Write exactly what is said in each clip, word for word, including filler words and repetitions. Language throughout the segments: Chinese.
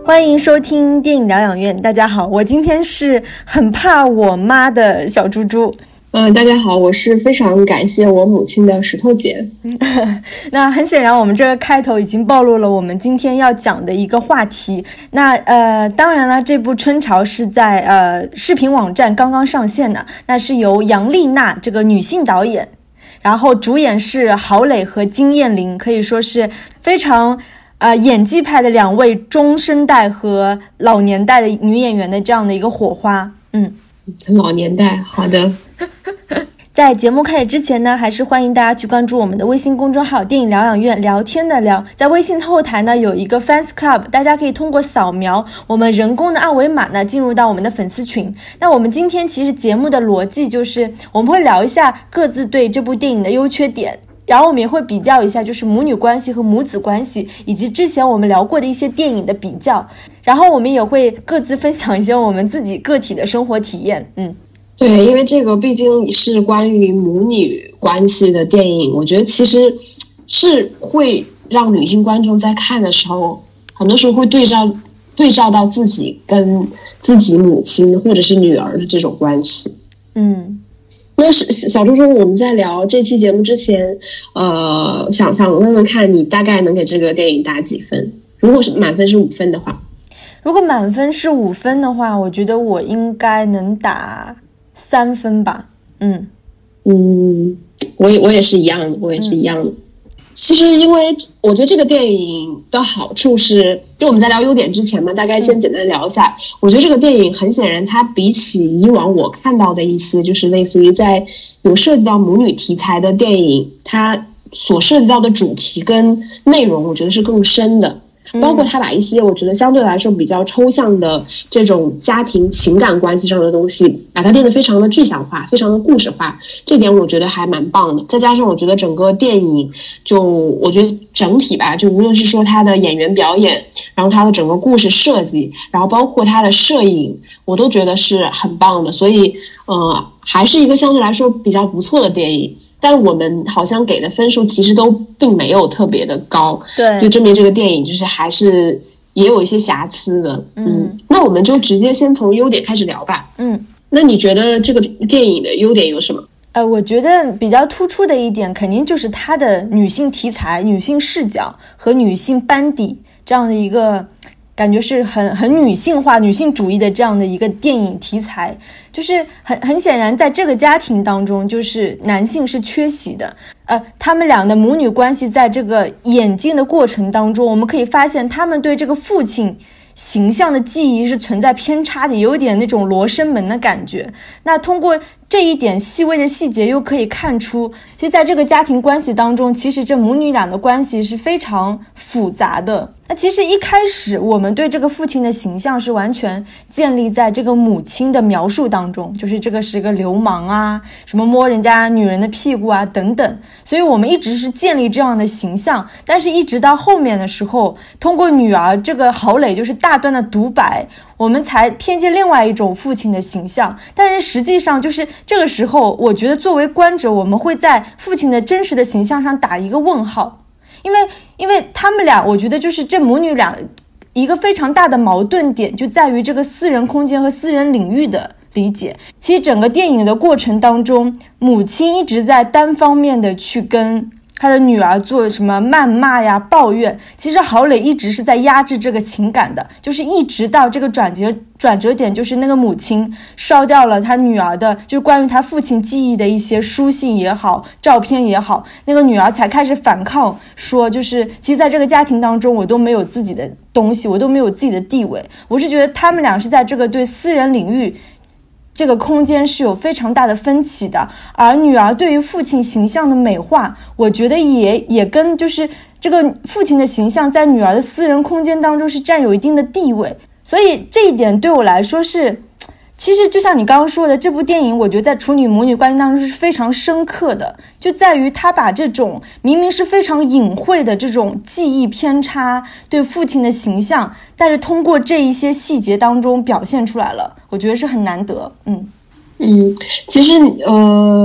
欢迎收听电影疗养院。大家好，我今天是很怕我妈的小猪猪。 嗯、呃，大家好，我是非常感谢我母亲的石头姐。 那很显然，我们这个开头已经暴露了我们今天要讲的一个话题。那呃，当然了，这部《春潮》是在呃视频网站刚刚上线的，那是由杨丽娜这个女性导演，然后主演是郝蕾和金燕玲，可以说是非常呃演技派的两位中生代和老年代的女演员的这样的一个火花。嗯， 老年代，好的。 在节目开始之前呢，还是欢迎大家去关注我们的微信公众号电影疗养院，聊天的聊，在微信后台呢有一个 fans club， 大家可以通过扫描我们人工的二维码呢进入到我们的粉丝群。那我们今天其实节目的逻辑就是我们会聊一下各自对这部电影的优缺点，然后我们也会比较一下就是母女关系和母子关系，以及之前我们聊过的一些电影的比较，然后我们也会各自分享一些我们自己个体的生活体验。嗯， 对，因为这个毕竟是关于母女关系的电影，我觉得其实是会让女性观众在看的时候，很多时候会对照对照到自己跟自己母亲或者是女儿的这种关系。 嗯， 那是小猪猪，我们在聊这期节目之前，呃，想想问问看你大概能给这个电影打几分？如果是满分是五分的话， 如果满分是五分的话，我觉得我应该能打三分吧。嗯嗯，我也我也是一样的，我也是一样的。嗯，其实因为我觉得这个电影的好处是，就我们在聊优点之前嘛，大概先简单聊一下。嗯，我觉得这个电影很显然它比起以往我看到的一些就是类似于在有涉及到母女题材的电影，它所涉及到的主题跟内容我觉得是更深的，包括他把一些我觉得相对来说比较抽象的这种家庭情感关系上的东西，把它变得非常的具象化，非常的故事化，这点我觉得还蛮棒的。再加上我觉得整个电影就我觉得整体吧，就无论是说他的演员表演，然后他的整个故事设计，然后包括他的摄影，我都觉得是很棒的。所以呃，还是一个相对来说比较不错的电影，但我们好像给的分数其实都并没有特别的高， 对， 就证明这个电影就是还是也有一些瑕疵的。嗯, 嗯，那我们就直接先从优点开始聊吧。 嗯， 那你觉得这个电影的优点有什么？ 呃，我觉得比较突出的一点肯定就是它的女性题材、女性视角和女性班底这样的一个感觉，是很很女性化、女性主义的这样的一个电影题材。就是很很显然，在这个家庭当中，就是男性是缺席的。呃，他们俩的母女关系在这个演进的过程当中，我们可以发现他们对这个父亲形象的记忆是存在偏差的，有点那种罗生门的感觉。那通过这一点细微的细节，又可以看出，其实在这个家庭关系当中，其实这母女俩的关系是非常复杂的。那其实一开始我们对这个父亲的形象是完全建立在这个母亲的描述当中，就是这个是个流氓啊，什么摸人家女人的屁股啊等等，所以我们一直是建立这样的形象。但是一直到后面的时候，通过女儿这个郝蕾就是大段的独白，我们才偏见另外一种父亲的形象。但是实际上就是这个时候，我觉得作为观者，我们会在父亲的真实的形象上打一个问号。因为因为他们俩，我觉得就是这母女俩一个非常大的矛盾点就在于这个私人空间和私人领域的理解。其实整个电影的过程当中，母亲一直在单方面的去跟他的女儿做什么谩骂呀、抱怨，其实郝蕾一直是在压制这个情感的，就是一直到这个转折转折点，就是那个母亲烧掉了他女儿的，就是关于他父亲记忆的一些书信也好、照片也好，那个女儿才开始反抗，说就是其实在这个家庭当中，我都没有自己的东西，我都没有自己的地位。我是觉得他们俩是在这个对私人领域这个空间是有非常大的分歧的。而女儿对于父亲形象的美化，我觉得也也跟就是这个父亲的形象在女儿的私人空间当中是占有一定的地位。所以这一点对我来说是，其实就像你刚刚说的，这部电影我觉得在处女母女关系当中是非常深刻的，就在于他把这种明明是非常隐晦的这种记忆偏差对父亲的形象，但是通过这一些细节当中表现出来了，我觉得是很难得。嗯嗯，其实呃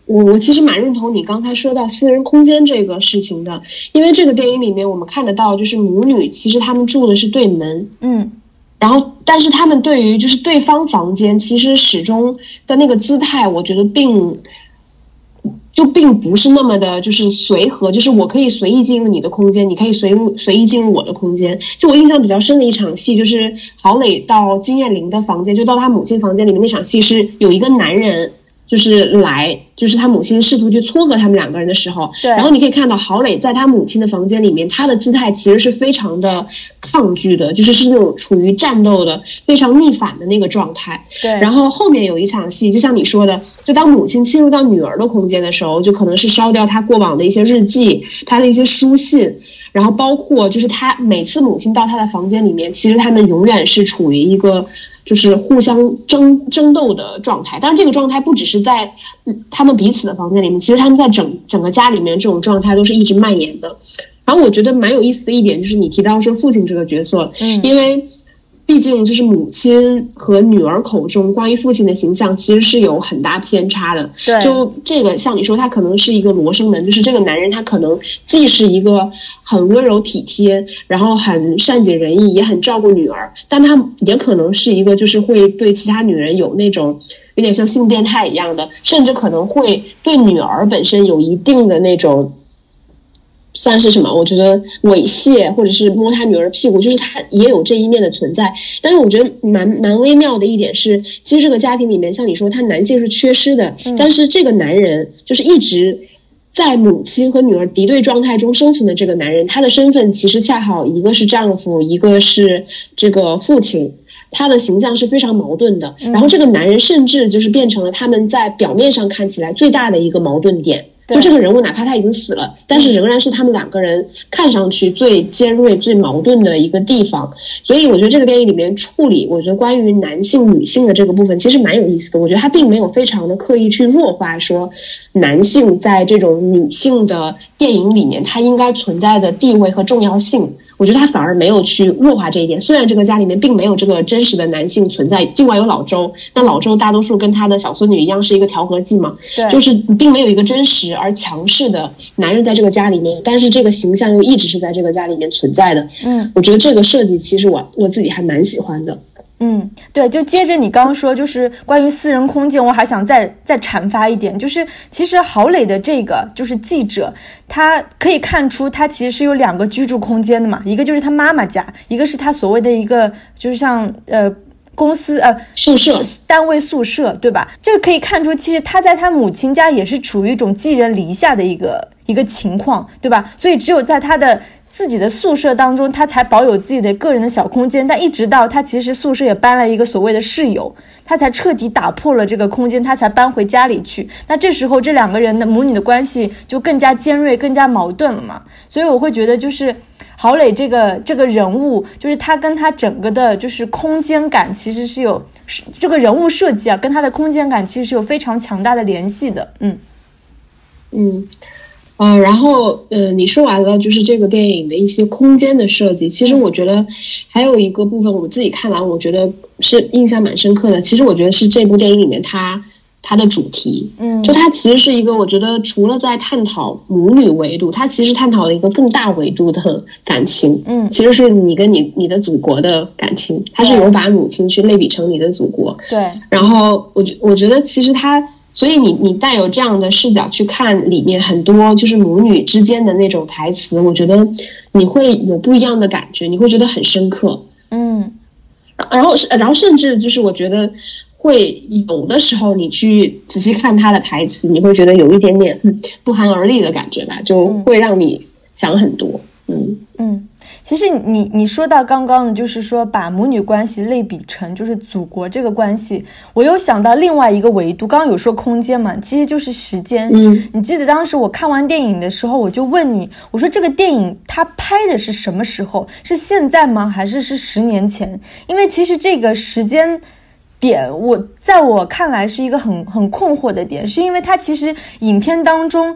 我我其实蛮认同你刚才说到私人空间这个事情的，因为这个电影里面我们看得到，就是母女其实她们住的是对门， 嗯， 然后但是她们对于就是对方房间其实始终的那个姿态，我觉得并就并不是那么的就是随和，就是我可以随意进入你的空间，你可以随随意进入我的空间。就我印象比较深的一场戏，就是郝蕾到金燕玲的房间，就到她母亲房间里面那场戏，是有一个男人就是来，就是他母亲试图去撮合他们两个人的时候， 对， 然后你可以看到郝蕾在他母亲的房间里面，他的姿态其实是非常的抗拒的，就是是那种处于战斗的非常逆反的那个状态。 对， 然后后面有一场戏，就像你说的，就当母亲侵入到女儿的空间的时候，就可能是烧掉她过往的一些日记，她的一些书信，然后包括就是她每次母亲到她的房间里面，其实他们永远是处于一个就是互相争争斗的状态。当然这个状态不只是在他们彼此的房间里面，其实他们在整整个家里面这种状态都是一直蔓延的。然后我觉得蛮有意思的一点就是你提到说父亲这个角色， 嗯， 因为毕竟就是母亲和女儿口中关于父亲的形象其实是有很大偏差的。 对， 就这个像你说他可能是一个罗生门，就是这个男人他可能既是一个很温柔体贴，然后很善解人意，也很照顾女儿，但他也可能是一个就是会对其他女人有那种有点像性变态一样的，甚至可能会对女儿本身有一定的那种算是什么，我觉得猥亵或者是摸他女儿屁股，就是他也有这一面的存在。但是我觉得蛮蛮微妙的一点是，其实这个家庭里面像你说他男性是缺失的， 嗯， 但是这个男人就是一直在母亲和女儿敌对状态中生存的这个男人，他的身份其实恰好一个是丈夫，一个是这个父亲，他的形象是非常矛盾的。然后这个男人甚至就是变成了他们在表面上看起来最大的一个矛盾点，就这个人物哪怕他已经死了，但是仍然是他们两个人看上去最尖锐最矛盾的一个地方。所以我觉得这个电影里面处理我觉得关于男性女性的这个部分其实蛮有意思的。我觉得他并没有非常的刻意去弱化说男性在这种女性的电影里面他应该存在的地位和重要性，我觉得他反而没有去弱化这一点。虽然这个家里面并没有这个真实的男性存在，尽管有老周，那老周大多数跟他的小孙女一样是一个调和剂嘛，就是并没有一个真实而强势的男人在这个家里面，但是这个形象又一直是在这个家里面存在的。 嗯， 我觉得这个设计其实我我自己还蛮喜欢的。 嗯，对，就接着你刚刚说，就是关于私人空间，我还想再再阐发一点，就是其实郝蕾的这个就是记者，他可以看出他其实是有两个居住空间的嘛，一个就是他妈妈家，一个是他所谓的一个就是像呃公司呃宿舍单位宿舍，对吧？这个可以看出，其实他在他母亲家也是处于一种寄人篱下的一个一个情况，对吧？所以只有在他的自己的宿舍当中，他才保有自己的个人的小空间，但一直到他其实宿舍也搬了一个所谓的室友，他才彻底打破了这个空间，他才搬回家里去。那这时候这两个人的母女的关系就更加尖锐更加矛盾了嘛。所以我会觉得就是郝蕾这个这个人物，就是他跟他整个的就是空间感其实是有这个人物设计啊，跟他的空间感其实是有非常强大的联系的。嗯嗯呃，然后呃，你说完了就是这个电影的一些空间的设计，其实我觉得还有一个部分我自己看完我觉得是印象蛮深刻的，其实我觉得是这部电影里面它它的主题， 嗯， 就它其实是一个我觉得除了在探讨母女维度，它其实探讨了一个更大维度的感情， 嗯， 其实是你跟你你的祖国的感情，它是有把母亲去类比成你的祖国， 对， 然后我觉我觉得其实它所以你你带有这样的视角去看里面很多就是母女之间的那种台词，我觉得你会有不一样的感觉，你会觉得很深刻。 嗯， 然后然后甚至就是我觉得会有的时候你去仔细看他的台词，你会觉得有一点点不寒而栗的感觉吧，就会让你想很多。嗯嗯，其实你你说到刚刚的就是说把母女关系类比成就是祖国这个关系，我又想到另外一个维度，刚刚有说空间嘛，其实就是时间。 嗯， 你记得当时我看完电影的时候，我就问你，我说这个电影它拍的是什么时候？是现在吗？还是是十年前？因为其实这个时间点我在我看来是一个很很困惑的点，是因为它其实影片当中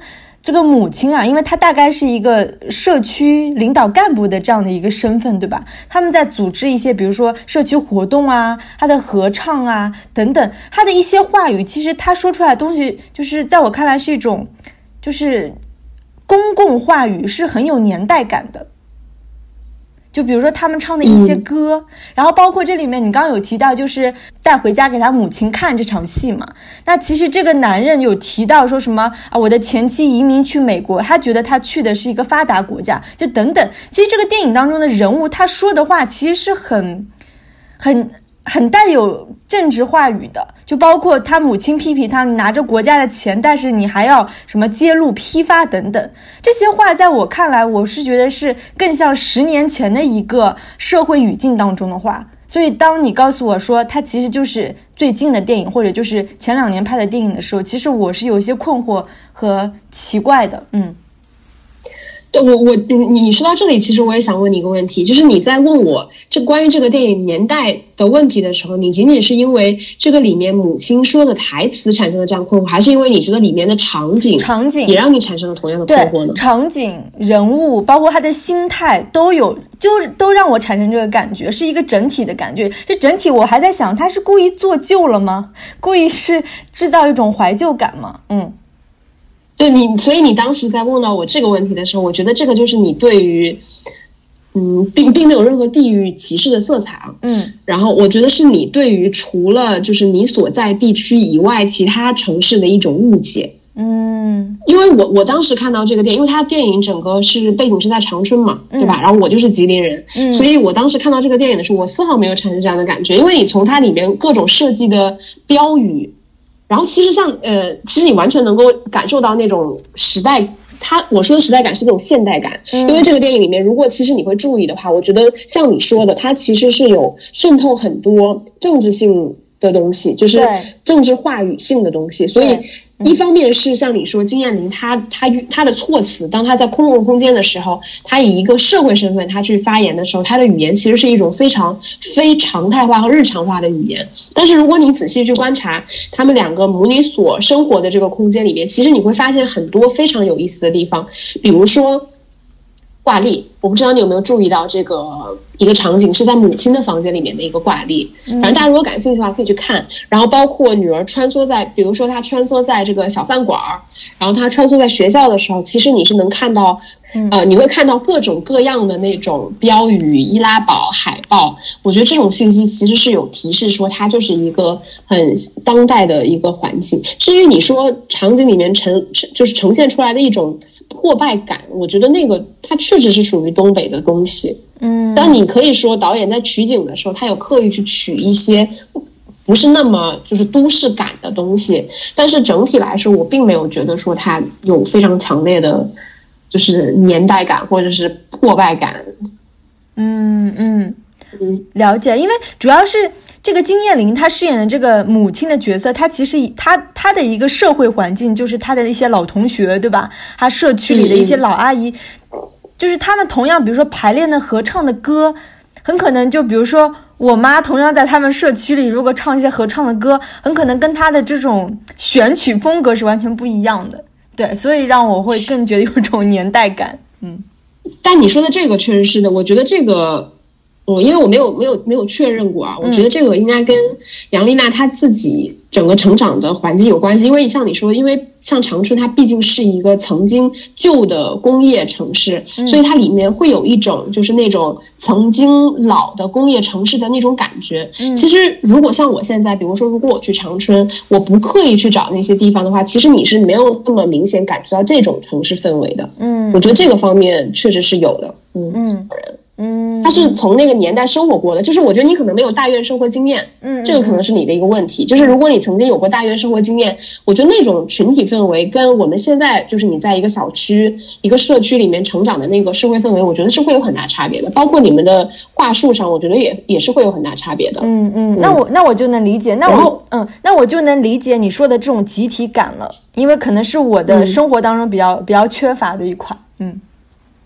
这个母亲啊，因为她大概是一个社区领导干部的这样的一个身份，对吧？他们在组织一些比如说社区活动啊，她的合唱啊等等，她的一些话语，其实她说出来的东西就是在我看来是一种就是公共话语，是很有年代感的。就比如说他们唱的一些歌、嗯、然后包括这里面你刚刚有提到就是带回家给他母亲看这场戏嘛，那其实这个男人有提到说什么啊，我的前妻移民去美国，他觉得他去的是一个发达国家，就等等。其实这个电影当中的人物他说的话其实是很很很带有政治话语的，就包括他母亲批评他，你拿着国家的钱，但是你还要什么揭露批发等等，这些话在我看来，我是觉得是更像十年前的一个社会语境当中的话。所以当你告诉我说它其实就是最近的电影，或者就是前两年拍的电影的时候，其实我是有一些困惑和奇怪的。嗯。 对，我我你你说到这里，其实我也想问你一个问题，就是你在问我这关于这个电影年代的问题的时候，你仅仅是因为这个里面母亲说的台词产生了这样困惑，还是因为你觉得里面的场景场景也让你产生了同样的困惑呢？ 对，场景、人物，包括他的心态都有，就都让我产生这个感觉，是一个整体的感觉。这整体我还在想，他是故意做旧了吗？故意是制造一种怀旧感吗？嗯。 对你，所以你当时在问到我这个问题的时候，我觉得这个就是你对于，嗯，并并没有任何地域歧视的色彩啊， 嗯， 然后我觉得是你对于除了就是你所在地区以外其他城市的一种误解， 嗯， 因为我我当时看到这个电影，因为它电影整个是背景是在长春嘛，对吧？ 嗯、 然后我就是吉林人， 嗯， 所以我当时看到这个电影的时候，我丝毫没有产生这样的感觉，因为你从它里面各种设计的标语。然后其实像呃，其实你完全能够感受到那种时代，它我说的时代感是那种现代感， 嗯、 因为这个电影里面，如果其实你会注意的话，我觉得像你说的，它其实是有渗透很多政治性的东西，就是政治话语性的东西，所以一方面是像你说金燕玲她她她的措辞，当她在公共空间的时候，她以一个社会身份她去发言的时候，她的语言其实是一种非常非常态化和日常化的语言。但是如果你仔细去观察他们两个母女所生活的这个空间里面，其实你会发现很多非常有意思的地方，比如说挂历，我不知道你有没有注意到这个一个场景是在母亲的房间里面的一个挂历，反正大家如果感兴趣的话可以去看。然后包括女儿穿梭在，比如说她穿梭在这个小饭馆，然后她穿梭在学校的时候，其实你是能看到，呃，你会看到各种各样的那种标语、易拉宝、海报。我觉得这种信息其实是有提示说它就是一个很当代的一个环境。至于你说场景里面呈就是呈现出来的一种破败感，我觉得那个它确实是属于东北的东西。 嗯， 但你可以说导演在取景的时候，他有刻意去取一些不是那么就是都市感的东西，但是整体来说，我并没有觉得说它有非常强烈的，就是年代感或者是破败感。 嗯嗯嗯，了解，因为主要是。这个金燕玲她饰演的这个母亲的角色，她其实她她的一个社会环境就是她的一些老同学，对吧？她社区里的一些老阿姨，嗯、就是他们同样，比如说排练的合唱的歌，很可能就比如说我妈同样在他们社区里，如果唱一些合唱的歌，很可能跟她的这种选曲风格是完全不一样的。对，所以让我会更觉得有种年代感。嗯， 但你说的这个确实是的，我觉得这个。嗯，因为我没有没有没有确认过啊，我觉得这个应该跟杨丽娜她自己整个成长的环境有关系。因为像你说，因为像长春它毕竟是一个曾经旧的工业城市， 嗯、 所以它里面会有一种就是那种曾经老的工业城市的那种感觉。 嗯、 其实如果像我现在，比如说如果我去长春，我不刻意去找那些地方的话，其实你是没有那么明显感觉到这种城市氛围的。 嗯， 我觉得这个方面确实是有的。嗯嗯。嗯， 他是从那个年代生活过的，就是我觉得你可能没有大院生活经验， 嗯， 这个可能是你的一个问题。就是如果你曾经有过大院生活经验，我觉得那种群体氛围跟我们现在就是你在一个小区、一个社区里面成长的那个社会氛围，我觉得是会有很大差别的。包括你们的话术上，我觉得也也是会有很大差别的。 嗯嗯，那我那我就能理解，那我嗯，那我就能理解你说的这种集体感了，因为可能是我的生活当中比较、嗯、比较缺乏的一块，嗯。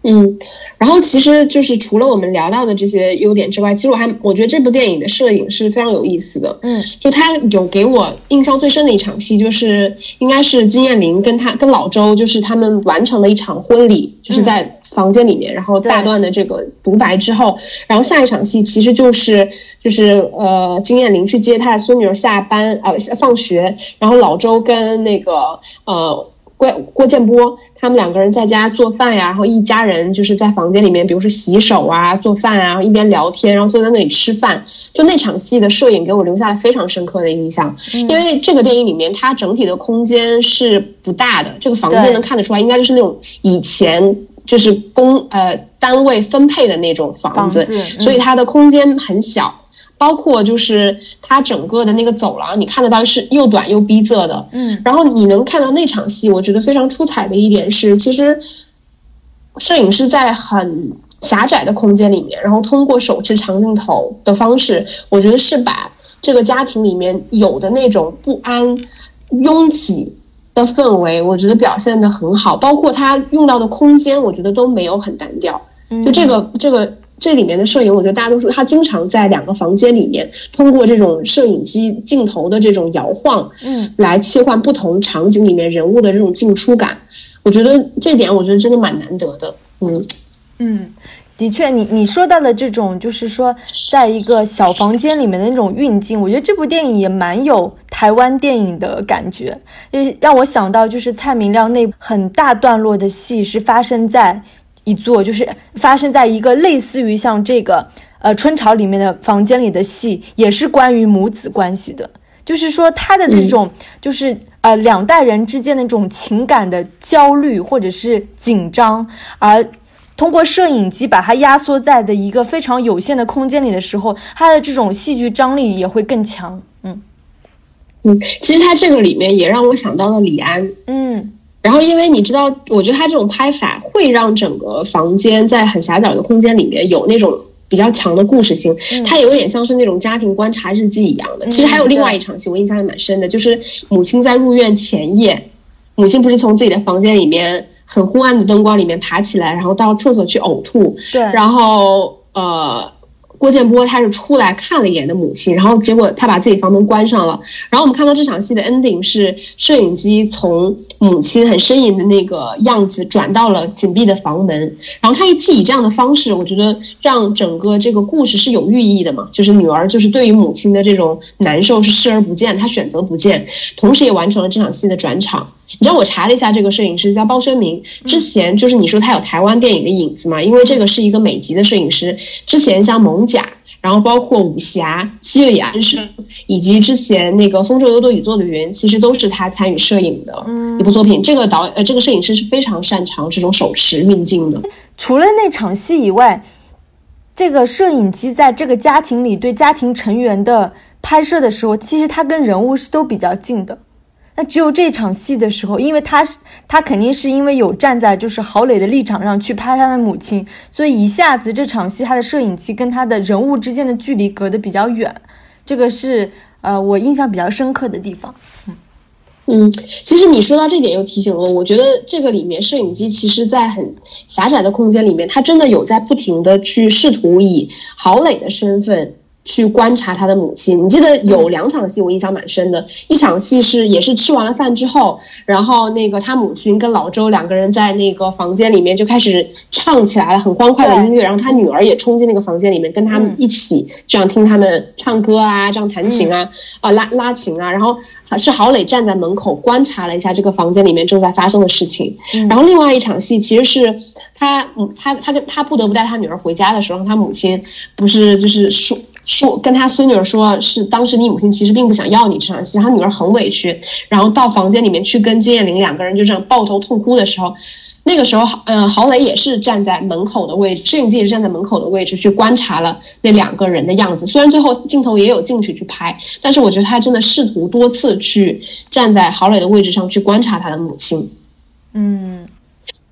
嗯，然后其实就是除了我们聊到的这些优点之外，其实我还我觉得这部电影的摄影是非常有意思的。 嗯， 就他有给我印象最深的一场戏，就是应该是金燕玲跟他跟老周，就是他们完成了一场婚礼，就是在房间里面，然后大段的这个独白之后，然后下一场戏其实就是就是呃金燕玲去接她的孙女儿下班呃放学，然后老周跟那个呃郭郭建波他们两个人在家做饭呀，然后一家人就是在房间里面，比如说洗手啊、做饭啊，然后一边聊天，然后坐在那里吃饭。就那场戏的摄影给我留下了非常深刻的印象，因为这个电影里面它整体的空间是不大的，这个房间能看得出来，应该就是那种以前就是公呃单位分配的那种房子， 房子嗯、 所以它的空间很小。包括就是它整个的那个走廊，你看得到是又短又逼仄的， 嗯， 然后你能看到那场戏，我觉得非常出彩的一点是，其实摄影师在很狭窄的空间里面，然后通过手持长镜头的方式，我觉得是把这个家庭里面有的那种不安、拥挤的氛围，我觉得表现得很好，包括他用到的空间，我觉得都没有很单调，就这个这个。这里面的摄影，我觉得大家都说他经常在两个房间里面，通过这种摄影机镜头的这种摇晃， 嗯， 来切换不同场景里面人物的这种进出感。我觉得这点，我觉得真的蛮难得的。嗯嗯，的确，你你说到的这种，就是说，在一个小房间里面的那种运镜，我觉得这部电影也蛮有台湾电影的感觉，也让我想到就是蔡明亮那很大段落的戏是发生在。一座就是发生在一个类似于像这个呃春潮里面的房间里的戏，也是关于母子关系的，就是说他的这种、嗯、就是呃两代人之间的这种情感的焦虑或者是紧张，而通过摄影机把它压缩在的一个非常有限的空间里的时候，它的这种戏剧张力也会更强。嗯嗯，其实他这个里面也让我想到了李安。 嗯。 然后因为你知道，我觉得他这种拍法会让整个房间在很狭小的空间里面有那种比较强的故事性，嗯、它有点像是那种家庭观察日记一样的。嗯、其实还有另外一场戏我印象还蛮深的，就是母亲在入院前夜，母亲不是从自己的房间里面很昏暗的灯光里面爬起来，然后到厕所去呕吐， 对， 然后呃郭建波他是出来看了一眼的母亲，然后结果他把自己房门关上了，然后我们看到这场戏的 ending 是摄影机从母亲很呻吟的那个样子转到了紧闭的房门，然后他既以这样的方式，我觉得让整个这个故事是有寓意的嘛，就是女儿就是对于母亲的这种难受是视而不见，她选择不见，同时也完成了这场戏的转场。你知道我查了一下，这个摄影师叫包生明，之前就是你说他有台湾电影的影子嘛，因为这个是一个美籍的摄影师，之前像蒙甲，然后包括武侠、七月与安生，以及之前那个风骤悠多宇宙的云，其实都是他参与摄影的一部作品。这个导呃，这个摄影师是非常擅长这种手持运镜的。 除了那场戏以外，这个摄影机在这个家庭里对家庭成员的拍摄的时候，其实他跟人物是都比较近的。那只有这场戏的时候，因为他是他肯定是因为有站在就是郝蕾的立场上去拍他的母亲，所以一下子这场戏他的摄影机跟他的人物之间的距离隔得比较远，这个是呃我印象比较深刻的地方。嗯嗯，其实你说到这点又提醒了我，我觉得这个里面摄影机其实在很狭窄的空间里面，他真的有在不停的去试图以郝蕾的身份去观察他的母亲。你记得有两场戏我印象蛮深的，一场戏是也是吃完了饭之后，然后那个他母亲跟老周两个人在那个房间里面就开始唱起来了很欢快的音乐，然后他女儿也冲进那个房间里面跟他们一起这样听他们唱歌啊，这样弹琴啊，啊拉拉琴啊，然后是郝蕾站在门口观察了一下这个房间里面正在发生的事情。然后另外一场戏其实是他他他跟他不得不带他女儿回家的时候，他母亲不是就是说说跟他孙女儿说，是当时你母亲其实并不想要你这场戏，他女儿很委屈，然后到房间里面去跟金燕玲两个人就这样抱头痛哭的时候，那个时候呃，郝蕾也是站在门口的位置，摄影机也是站在门口的位置去观察了那两个人的样子，虽然最后镜头也有进去去拍，但是我觉得他真的试图多次去站在郝蕾的位置上去观察他的母亲。 嗯，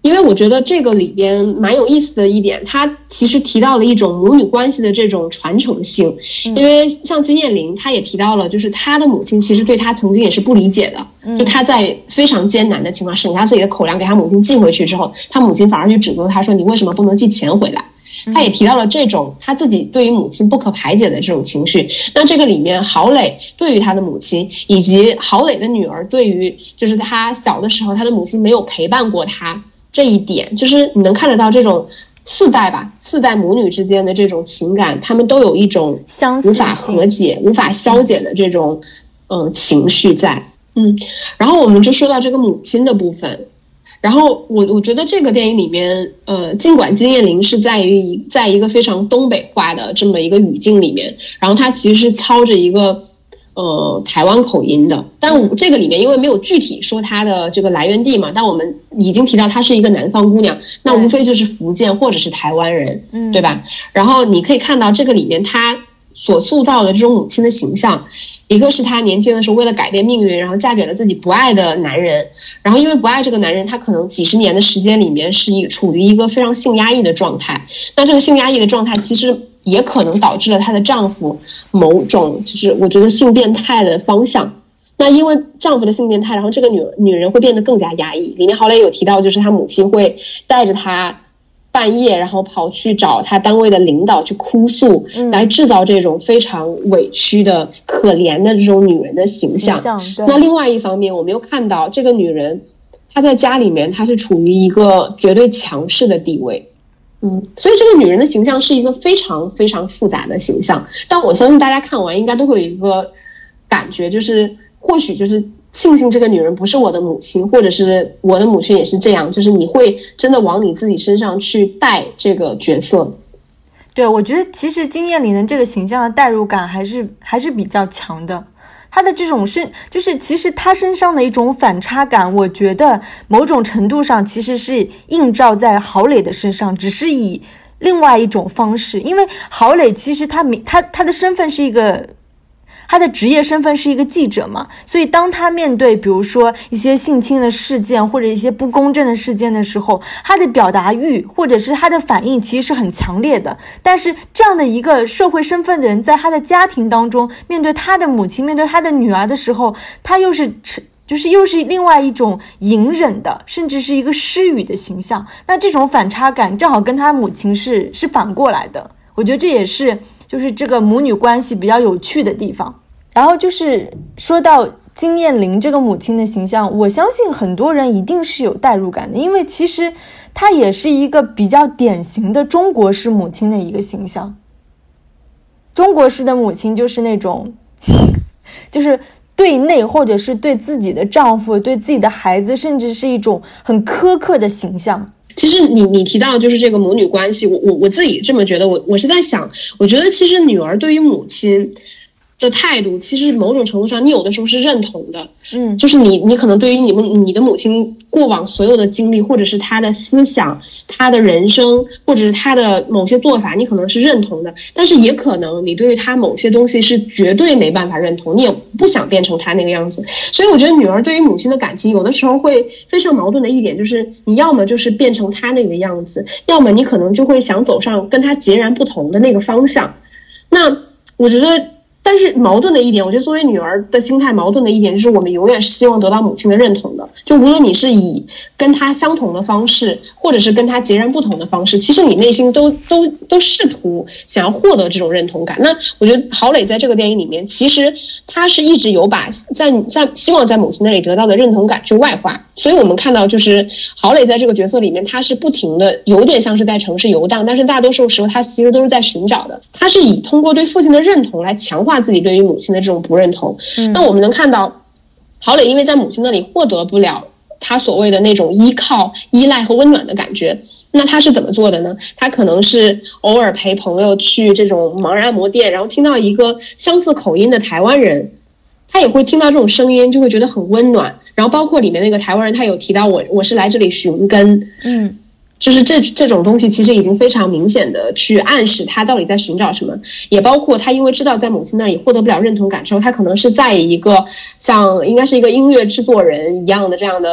因为我觉得这个里边蛮有意思的一点，它其实提到了一种母女关系的这种传承性。因为像金燕玲，她也提到了，就是她的母亲其实对她曾经也是不理解的，就她在非常艰难的情况，省下自己的口粮给她母亲寄回去之后，她母亲反而去指责她说：“你为什么不能寄钱回来？”他也提到了这种他自己对于母亲不可排解的这种情绪。那这个里面郝蕾对于他的母亲，以及郝蕾的女儿对于就是他小的时候他的母亲没有陪伴过他这一点，就是你能看得到这种四代吧四代母女之间的这种情感，他们都有一种无法和解无法消解的这种嗯、呃、情绪在。嗯，然后我们就说到这个母亲的部分。然后我我觉得这个电影里面，呃，尽管金燕玲是在于一在一个非常东北话的这么一个语境里面，然后她其实是操着一个呃台湾口音的，但我这个里面因为没有具体说她的这个来源地嘛，但我们已经提到她是一个南方姑娘，那无非就是福建或者是台湾人，嗯，对吧？然后你可以看到这个里面她所塑造的这种母亲的形象，一个是她年轻的时候为了改变命运，然后嫁给了自己不爱的男人，然后因为不爱这个男人，她可能几十年的时间里面是一处于一个非常性压抑的状态，那这个性压抑的状态其实也可能导致了她的丈夫某种就是我觉得性变态的方向。那因为丈夫的性变态，然后这个女女人会变得更加压抑。里面郝蕾有提到，就是她母亲会带着她半夜然后跑去找他单位的领导去哭诉，嗯，来制造这种非常委屈的可怜的这种女人的形象, 形象那另外一方面我们又看到这个女人她在家里面她是处于一个绝对强势的地位，嗯，所以这个女人的形象是一个非常非常复杂的形象。但我相信大家看完应该都会有一个感觉，就是或许就是庆幸这个女人不是我的母亲，或者是我的母亲也是这样，就是你会真的往你自己身上去带这个角色。 对，我觉得其实金燕玲的这个形象的代入感还是还是比较强的，她的这种是就是其实她身上的一种反差感，我觉得某种程度上其实是映照在郝蕾的身上，只是以另外一种方式。因为郝蕾其实她她她的身份是一个他的职业身份是一个记者嘛，所以当他面对比如说一些性侵的事件或者一些不公正的事件的时候，他的表达欲或者是他的反应其实是很强烈的。但是这样的一个社会身份的人，在他的家庭当中面对他的母亲面对他的女儿的时候，他又是就是又是另外一种隐忍的甚至是一个失语的形象。那这种反差感正好跟他母亲是是反过来的，我觉得这也是就是这个母女关系比较有趣的地方。然后就是说到金燕玲这个母亲的形象，我相信很多人一定是有代入感的，因为其实她也是一个比较典型的中国式母亲的一个形象。中国式的母亲就是那种就是对内或者是对自己的丈夫对自己的孩子甚至是一种很苛刻的形象。 其实你你提到就是这个母女关系，我我我自己这么觉得，我我是在想，我觉得其实女儿对于母亲的态度，其实某种程度上你有的时候是认同的，嗯，就是你你可能对于你们你的母亲过往所有的经历，或者是她的思想她的人生，或者是她的某些做法，你可能是认同的，但是也可能你对于她某些东西是绝对没办法认同，你也不想变成她那个样子。所以我觉得女儿对于母亲的感情有的时候会非常矛盾的一点，就是你要么就是变成她那个样子，要么你可能就会想走上跟她截然不同的那个方向。那我觉得但是矛盾的一点，我觉得作为女儿的心态矛盾的一点就是我们永远是希望得到母亲的认同的，就无论你是以跟她相同的方式或者是跟她截然不同的方式，其实你内心都都都试图想要获得这种认同感。那我觉得郝蕾在这个电影里面其实她是一直有把在在希望在母亲那里得到的认同感去外化，所以我们看到就是郝蕾在这个角色里面她是不停的有点像是在城市游荡，但是大多数时候她其实都是在寻找的，她是以通过对父亲的认同来强化自己对于母亲的这种不认同。嗯，那我们能看到郝蕾因为在母亲那里获得不了她所谓的那种依靠依赖和温暖的感觉，那她是怎么做的呢？她可能是偶尔陪朋友去这种盲人按摩店，然后听到一个相似口音的台湾人，他也会听到这种声音就会觉得很温暖。然后包括里面那个台湾人他有提到我我是来这里寻根，嗯，就是这这种东西其实已经非常明显的去暗示他到底在寻找什么。也包括他因为知道在母亲那里获得不了认同感之后，他可能是在一个像应该是一个音乐制作人一样的这样的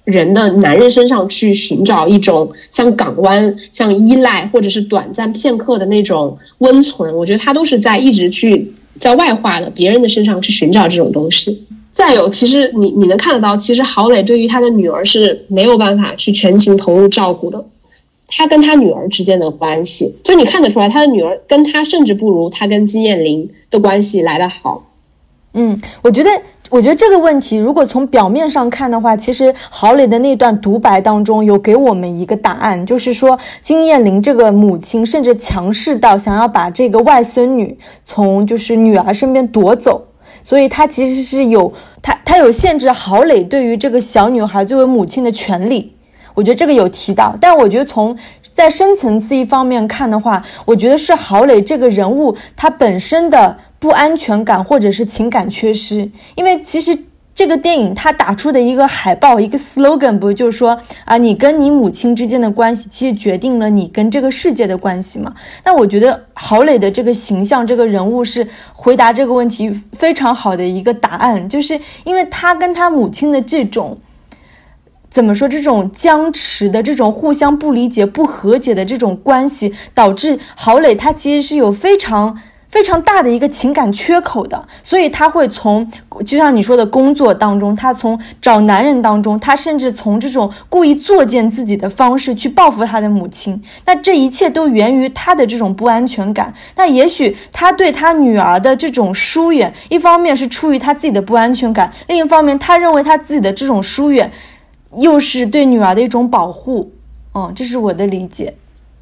人的男人身上去寻找一种像港湾、像依赖或者是短暂片刻的那种温存，我觉得他都是在一直去在外化的别人的身上去寻找这种东西。再有，其实你你能看得到，其实郝蕾对于他的女儿是没有办法去全情投入照顾的。他跟他女儿之间的关系，就你看得出来，他的女儿跟他甚至不如他跟金燕玲的关系来得好。 嗯，我觉得我觉得这个问题如果从表面上看的话，其实郝蕾的那段独白当中有给我们一个答案，就是说金燕玲这个母亲甚至强势到想要把这个外孙女从就是女儿身边夺走，所以她其实是有她她有限制郝蕾对于这个小女孩作为母亲的权利，我觉得这个有提到。但我觉得从在深层次一方面看的话，我觉得是郝蕾这个人物她本身的不安全感或者是情感缺失。因为其实这个电影它打出的一个海报一个 slogan 不就是说啊，你跟你母亲之间的关系其实决定了你跟这个世界的关系嘛。那我觉得郝蕾的这个形象这个人物是回答这个问题非常好的一个答案，就是因为他跟他母亲的这种怎么说，这种僵持的这种互相不理解不和解的这种关系，导致郝蕾他其实是有非常非常大的一个情感缺口的，所以他会从就像你说的工作当中，他从找男人当中，他甚至从这种故意作践自己的方式去报复他的母亲。那这一切都源于他的这种不安全感。那也许他对他女儿的这种疏远，一方面是出于他自己的不安全感，另一方面他认为他自己的这种疏远又是对女儿的一种保护。嗯，这是我的理解。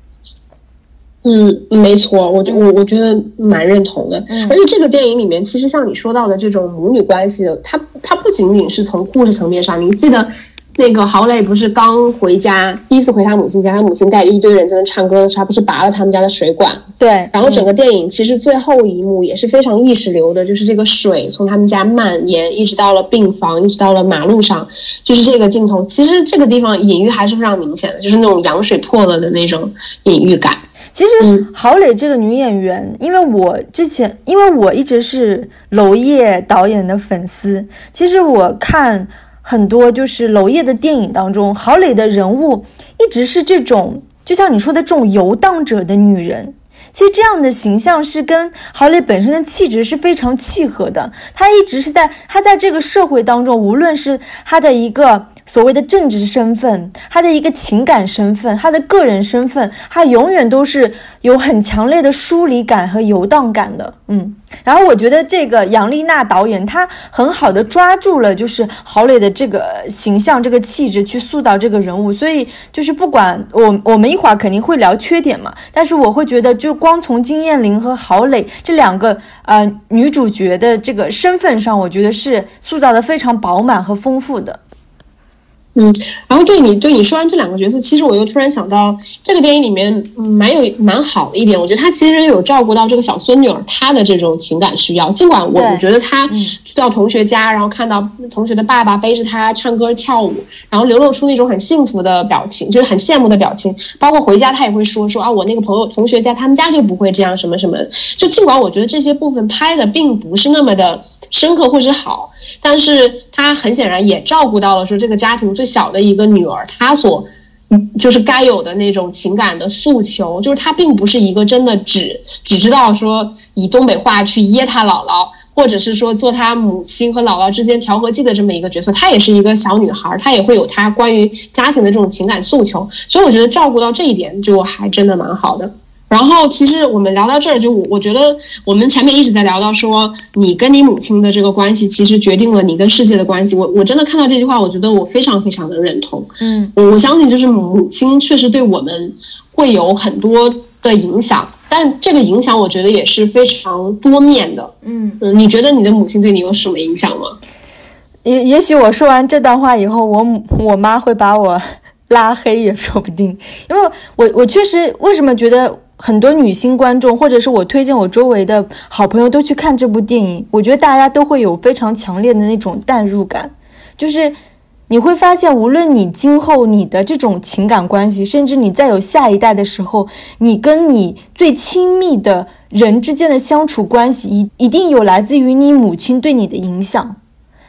嗯，没错，我我我觉得蛮认同的。 嗯， 而且这个电影里面，其实像你说到的这种母女关系，它它不仅仅是从故事层面上。你记得那个郝蕾不是刚回家，第一次回他母亲家，他母亲带着一堆人在那唱歌的时候，他不是拔了他们家的水管？ 对。 然后整个电影其实最后一幕也是非常意识流的，就是这个水从他们家蔓延，一直到了病房，一直到了马路上，就是这个镜头。其实这个地方隐喻还是非常明显的，就是那种羊水破了的那种隐喻感。 其实郝蕾这个女演员，因为我之前因为我一直是娄烨导演的粉丝，其实我看很多就是娄烨的电影当中，郝蕾的人物一直是这种就像你说的这种游荡者的女人。其实这样的形象是跟郝蕾本身的气质是非常契合的。她一直是在她在这个社会当中，无论是她的一个所谓的政治身份，她的一个情感身份，她的个人身份，她永远都是有很强烈的疏离感和游荡感的。嗯，然后我觉得这个杨丽娜导演她很好的抓住了就是郝蕾的这个形象这个气质去塑造这个人物。所以就是不管我我们一会儿肯定会聊缺点嘛，但是我会觉得就光从金燕玲和郝蕾这两个呃女主角的这个身份上，我觉得是塑造的非常饱满和丰富的。 嗯，然后对你对你说完这两个角色，其实我又突然想到，这个电影里面、嗯、蛮有蛮好的一点，我觉得他其实有照顾到这个小孙女儿她的这种情感需要。尽管我我觉得他去到同学家，然后看到同学的爸爸背着他唱歌跳舞，然后流露出那种很幸福的表情，就是很羡慕的表情。包括回家他也会说说啊，我那个朋友同学家他们家就不会这样什么什么。就尽管我觉得这些部分拍的并不是那么的深刻或是好，但是他很显然也照顾到了说这个家庭最小的一个女儿她所就是该有的那种情感的诉求。就是她并不是一个真的只只知道说以东北话去噎她姥姥，或者是说做她母亲和姥姥之间调和剂的这么一个角色。她也是一个小女孩，她也会有她关于家庭的这种情感诉求，所以我觉得照顾到这一点就还真的蛮好的。然后其实我们聊到这儿，就我我觉得我们前面一直在聊到说你跟你母亲的这个关系其实决定了你跟世界的关系。我我真的看到这句话，我觉得我非常非常的认同。 嗯， 我我相信就是母亲确实对我们会有很多的影响，但这个影响我觉得也是非常多面的。 嗯嗯，你觉得你的母亲对你有什么影响吗？ 也也许我说完这段话以后，我我妈会把我拉黑也说不定。因为我我确实为什么觉得很多女性观众，或者是我推荐我周围的好朋友都去看这部电影，我觉得大家都会有非常强烈的那种代入感。就是你会发现，无论你今后你的这种情感关系，甚至你再有下一代的时候，你跟你最亲密的人之间的相处关系，一一定有来自于你母亲对你的影响。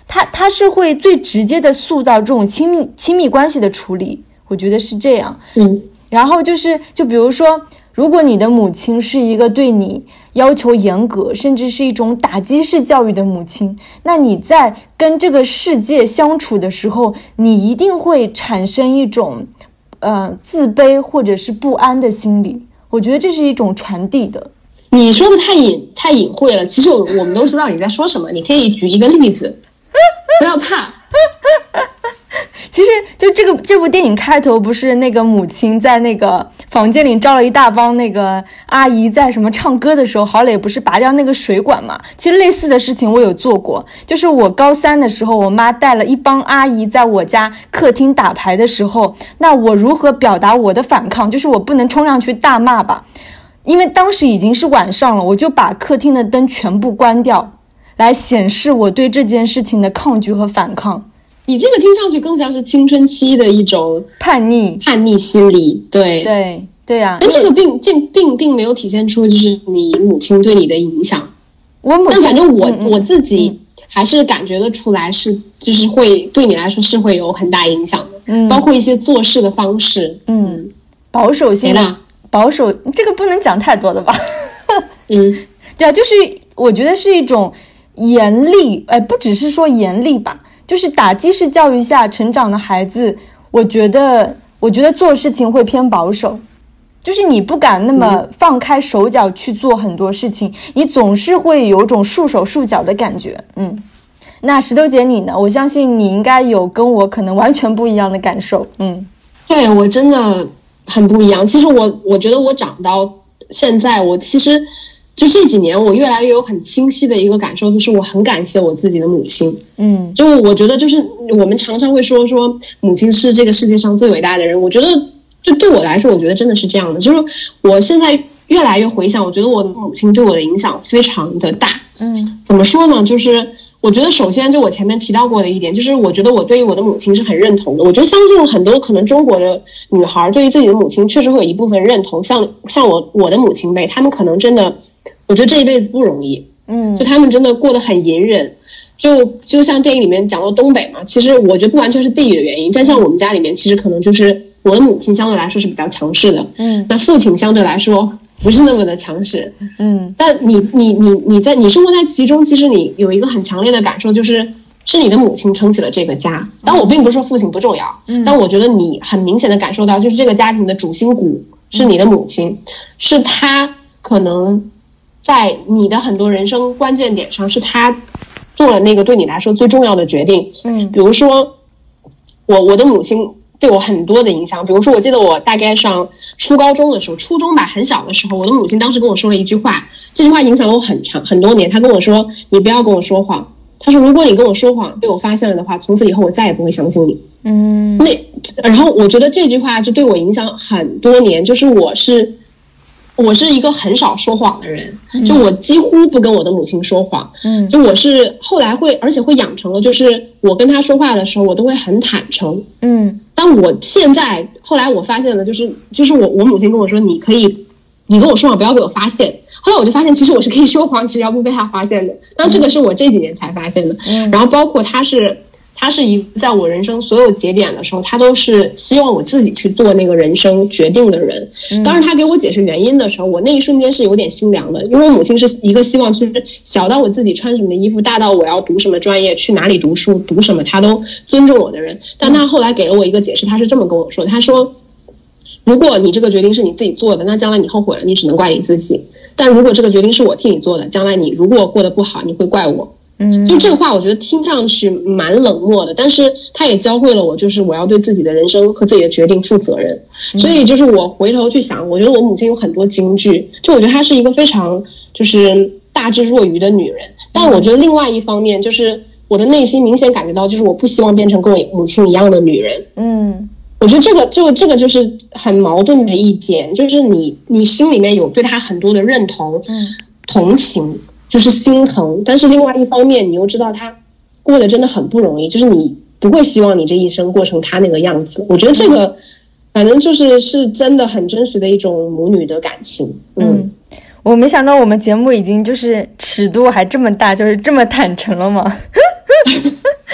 它它是会最直接的塑造这种亲密亲密关系的处理，我觉得是这样。 嗯， 然后就是就比如说，如果你的母亲是一个对你要求严格，甚至是一种打击式教育的母亲，那你在跟这个世界相处的时候，你一定会产生一种呃自卑或者是不安的心理。我觉得这是一种传递的。 你说的太隐太隐晦了，其实我我们都知道你在说什么，你可以举一个例子，不要怕。 其实就这个这部电影开头不是那个母亲在那个房间里招了一大帮那个阿姨在什么唱歌的时候，郝蕾不是拔掉那个水管嘛？其实类似的事情我有做过，就是我高三的时候，我妈带了一帮阿姨在我家客厅打牌的时候，那我如何表达我的反抗？就是我不能冲上去大骂吧，因为当时已经是晚上了，我就把客厅的灯全部关掉，来显示我对这件事情的抗拒和反抗。 你这个听上去更像是青春期的一种叛逆叛逆心理，对对对呀、啊。 但这个并并并并没有体现出就是你母亲对你的影响。 我母亲， 但反正我、 嗯、 我自己还是感觉得出来是，就是会对你来说是会有很大影响的，嗯，包括一些做事的方式， 嗯，保守性的保守，这个不能讲太多的吧？ 嗯， 对啊，就是我觉得是一种严厉，哎，不只是说严厉吧。就是打击式教育下成长的孩子，我觉得我觉得做事情会偏保守，就是你不敢那么放开手脚去做很多事情，你总是会有种束手束脚的感觉。嗯，那石头姐你呢？我相信你应该有跟我可能完全不一样的感受。嗯， 对，我真的很不一样。其实我我觉得我长到现在，我其实就这几年我越来越有很清晰的一个感受，就是我很感谢我自己的母亲。 嗯， 就我觉得就是我们常常会说说母亲是这个世界上最伟大的人，我觉得就对我来说，我觉得真的是这样的。就是我现在越来越回想，我觉得我的母亲对我的影响非常的大。 嗯， 怎么说呢？就是我觉得首先就我前面提到过的一点，就是我觉得我对于我的母亲是很认同的。我就相信很多可能中国的女孩对于自己的母亲确实会有一部分认同，像像我我的母亲辈，他们可能真的，我觉得这一辈子不容易。 嗯， 就他们真的过得很隐忍。就就像电影里面讲到东北嘛，其实我觉得不完全是地理的原因，但像我们家里面，其实可能就是我的母亲相对来说是比较强势的， 嗯， 那父亲相对来说不是那么的强势， 嗯， 但你你你你在你生活在其中，其实你有一个很强烈的感受，就是是你的母亲撑起了这个家。但我并不是说父亲不重要，嗯，但我觉得你很明显的感受到，就是这个家庭的主心骨是你的母亲，嗯，是她可能在你的很多人生关键点上，是她做了那个对你来说最重要的决定。 嗯， 比如说我我的母亲对我很多的影响，比如说我记得我大概上初高中的时候，初中吧，很小的时候，我的母亲当时跟我说了一句话，这句话影响了我很长很多年。她跟我说，你不要跟我说谎，她说如果你跟我说谎被我发现了的话，从此以后我再也不会相信你。 嗯， 那然后我觉得这句话就对我影响很多年，就是我是我是一个很少说谎的人，就我几乎不跟我的母亲说谎。 嗯， 就我是后来会，而且会养成了，就是我跟她说话的时候，我都会很坦诚。 嗯， 但我现在后来我发现了，就是就是我我母亲跟我说，你可以，你跟我说谎，不要被我发现。后来我就发现，其实我是可以说谎，只要不被她发现的。但这个是我这几年才发现的。 嗯， 然后包括她是。他是一个在我人生所有节点的时候，他都是希望我自己去做那个人生决定的人。当时他给我解释原因的时候，我那一瞬间是有点心凉的，因为我母亲是一个希望就是小到我自己穿什么衣服，大到我要读什么专业，去哪里读书，读什么，他都尊重我的人。但他后来给了我一个解释，他是这么跟我说的，他说如果你这个决定是你自己做的，那将来你后悔了，你只能怪你自己。但如果这个决定是我替你做的，将来你如果过得不好，你会怪我。 嗯， 就这个话我觉得听上去蛮冷漠的，但是他也教会了我，就是我要对自己的人生和自己的决定负责任。嗯，所以就是我回头去想，我觉得我母亲有很多金句，就我觉得她是一个非常就是大智若愚的女人。但我觉得另外一方面，就是我的内心明显感觉到，就是我不希望变成跟我母亲一样的女人。 嗯， 我觉得这个就这个就是很矛盾的一点，就是你你心里面有对她很多的认同， 嗯，同情。 就是心疼，但是另外一方面你又知道他过得真的很不容易，就是你不会希望你这一生过成他那个样子。我觉得这个反正就是是真的很真实的一种母女的感情。 嗯, 嗯，我没想到我们节目已经就是尺度还这么大，就是这么坦诚了吗？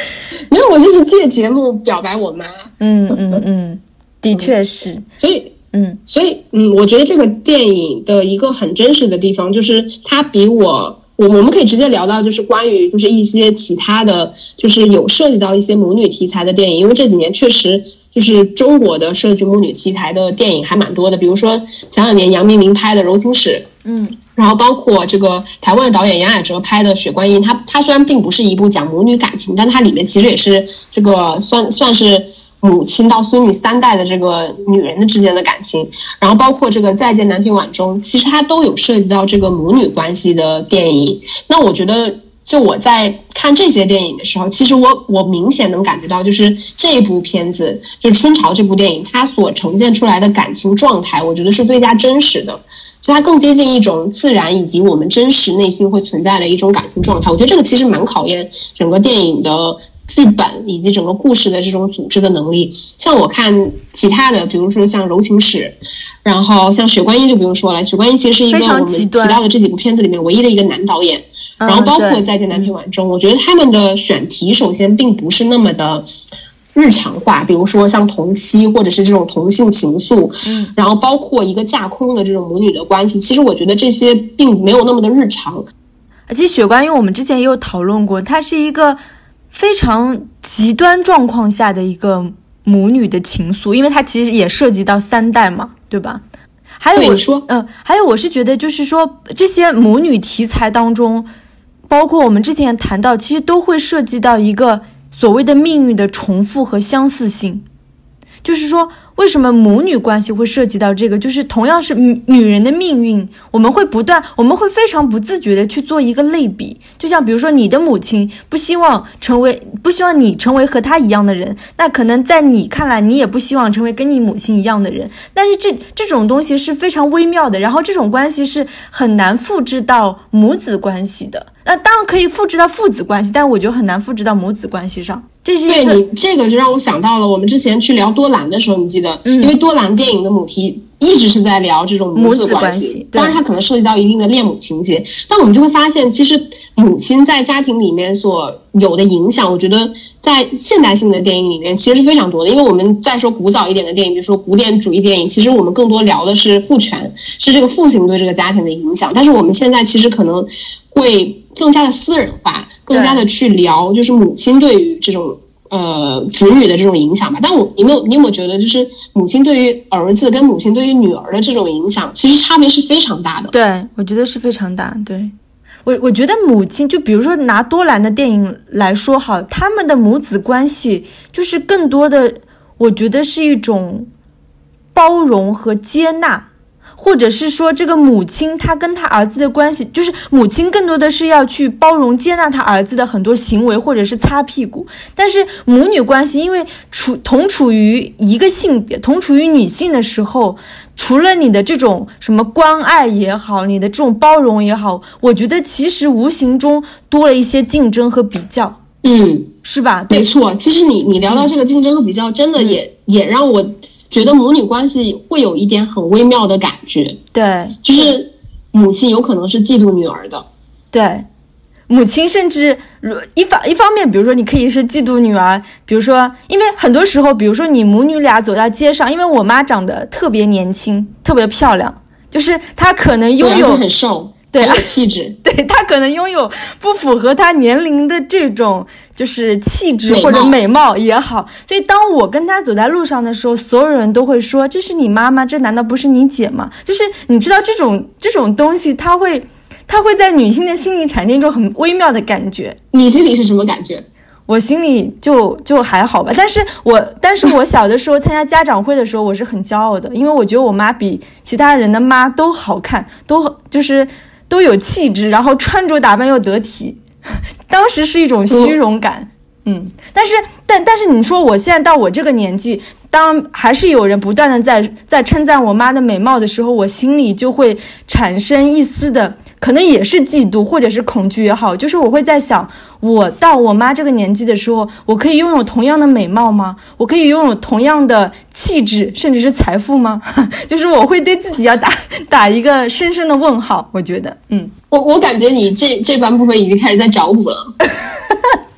没有，我就是借节目表白我妈。 嗯嗯嗯，的确是。 所以， 嗯， 所以，嗯，我觉得这个电影的一个很真实的地方，就是它比我。我我们可以直接聊到就是关于就是一些其他的就是有涉及到一些母女题材的电影，因为这几年确实就是中国的涉及母女题材的电影还蛮多的，比如说前两年杨明明拍的《柔情史》， 嗯， 然后包括这个台湾的导演杨雅哲拍的《血观音》，他他虽然并不是一部讲母女感情，但它里面其实也是这个算算是母亲到孙女三代的这个女人的之间的感情，然后包括这个再见南屏晚钟，其实它都有涉及到这个母女关系的电影。那我觉得就我在看这些电影的时候，其实我我明显能感觉到，就是这部片子就是春潮这部电影，它所呈现出来的感情状态，我觉得是最佳真实的，就它更接近一种自然以及我们真实内心会存在的一种感情状态。我觉得这个其实蛮考验整个电影的剧本以及整个故事的这种组织的能力。像我看其他的，比如说像《柔情史》，然后像《血观音》就不用说了，《血观音》其实是一个我们提到的这几部片子里面唯一的一个男导演，然后包括《再见南屏晚钟》，我觉得他们的选题首先并不是那么的日常化，比如说像同妻或者是这种同性情愫，嗯，然后包括一个架空的这种母女的关系，其实我觉得这些并没有那么的日常。 其实《血观音》我们之前也有讨论过，它是一个非常极端状况下的一个母女的情愫，因为它其实也涉及到三代嘛，对吧？还有我说， 嗯、呃，还有我是觉得就是说这些母女题材当中，包括我们之前谈到，其实都会涉及到一个所谓的命运的重复和相似性。就是说为什么母女关系会涉及到这个，就是同样是女人的命运，我们会不断我们会非常不自觉的去做一个类比。就像比如说你的母亲不希望成为不希望你成为和她一样的人，那可能在你看来你也不希望成为跟你母亲一样的人，但是这这种东西是非常微妙的，然后这种关系是很难复制到母子关系的。那当然可以复制到父子关系，但我觉得很难复制到母子关系上。这是一个对，你这个就让我想到了我们之前去聊多兰的时候，你记得、嗯、因为多兰电影的母题一直是在聊这种母子关系，当然它可能涉及到一定的恋母情节，但我们就会发现其实母亲在家庭里面所有的影响，我觉得在现代性的电影里面其实是非常多的。因为我们再说古早一点的电影，比如说古典主义电影，其实我们更多聊的是父权，是这个父亲对这个家庭的影响，但是我们现在其实可能会更加的私人化，更加的去聊就是母亲对于这种呃子女的这种影响吧。但我你有没有你有没有觉得就是母亲对于儿子跟母亲对于女儿的这种影响其实差别是非常大的？ 对，我觉得是非常大。对，我我觉得母亲就比如说拿多兰的电影来说好，他们的母子关系就是更多的我觉得是一种包容和接纳，或者是说这个母亲她跟她儿子的关系，就是母亲更多的是要去包容接纳她儿子的很多行为或者是擦屁股，但是母女关系因为处同处于一个性别，同处于女性的时候，除了你的这种什么关爱也好，你的这种包容也好，我觉得其实无形中多了一些竞争和比较。 嗯， 是吧？ 没错，其实你你聊到这个竞争和比较，真的也、嗯、也让我觉得母女关系会有一点很微妙的感觉。 对， 就是母亲有可能是嫉妒女儿的。 对，母亲甚至一方一方面，比如说你可以是嫉妒女儿，比如说因为很多时候，比如说你母女俩走在街上，因为我妈长得特别年轻，特别漂亮，就是她可能拥有很瘦。 对， 有气质， 对，她可能拥有不符合她年龄的这种就是气质或者美貌也好，所以当我跟她走在路上的时候，所有人都会说这是你妈妈，这难道不是你姐吗？就是你知道这种这种东西，它会它会在女性的心里产生一种很微妙的感觉。 你心里是什么感觉？ 我心里就就还好吧，但是我但是我小的时候参加家长会的时候，我是很骄傲的，因为我觉得我妈比其他人的妈都好看，都就是都有气质，然后穿着打扮又得体，当时是一种虚荣感。嗯，但是但但是你说我现在到我这个年纪，当还是有人不断的在在称赞我妈的美貌的时候，我心里就会产生一丝的可能也是嫉妒或者是恐惧也好，就是我会在想，我到我妈这个年纪的时候，我可以拥有同样的美貌吗？我可以拥有同样的气质甚至是财富吗？就是我会对自己要打打一个深深的问号。我觉得嗯， 我我感觉你这这半部分已经开始在找补了。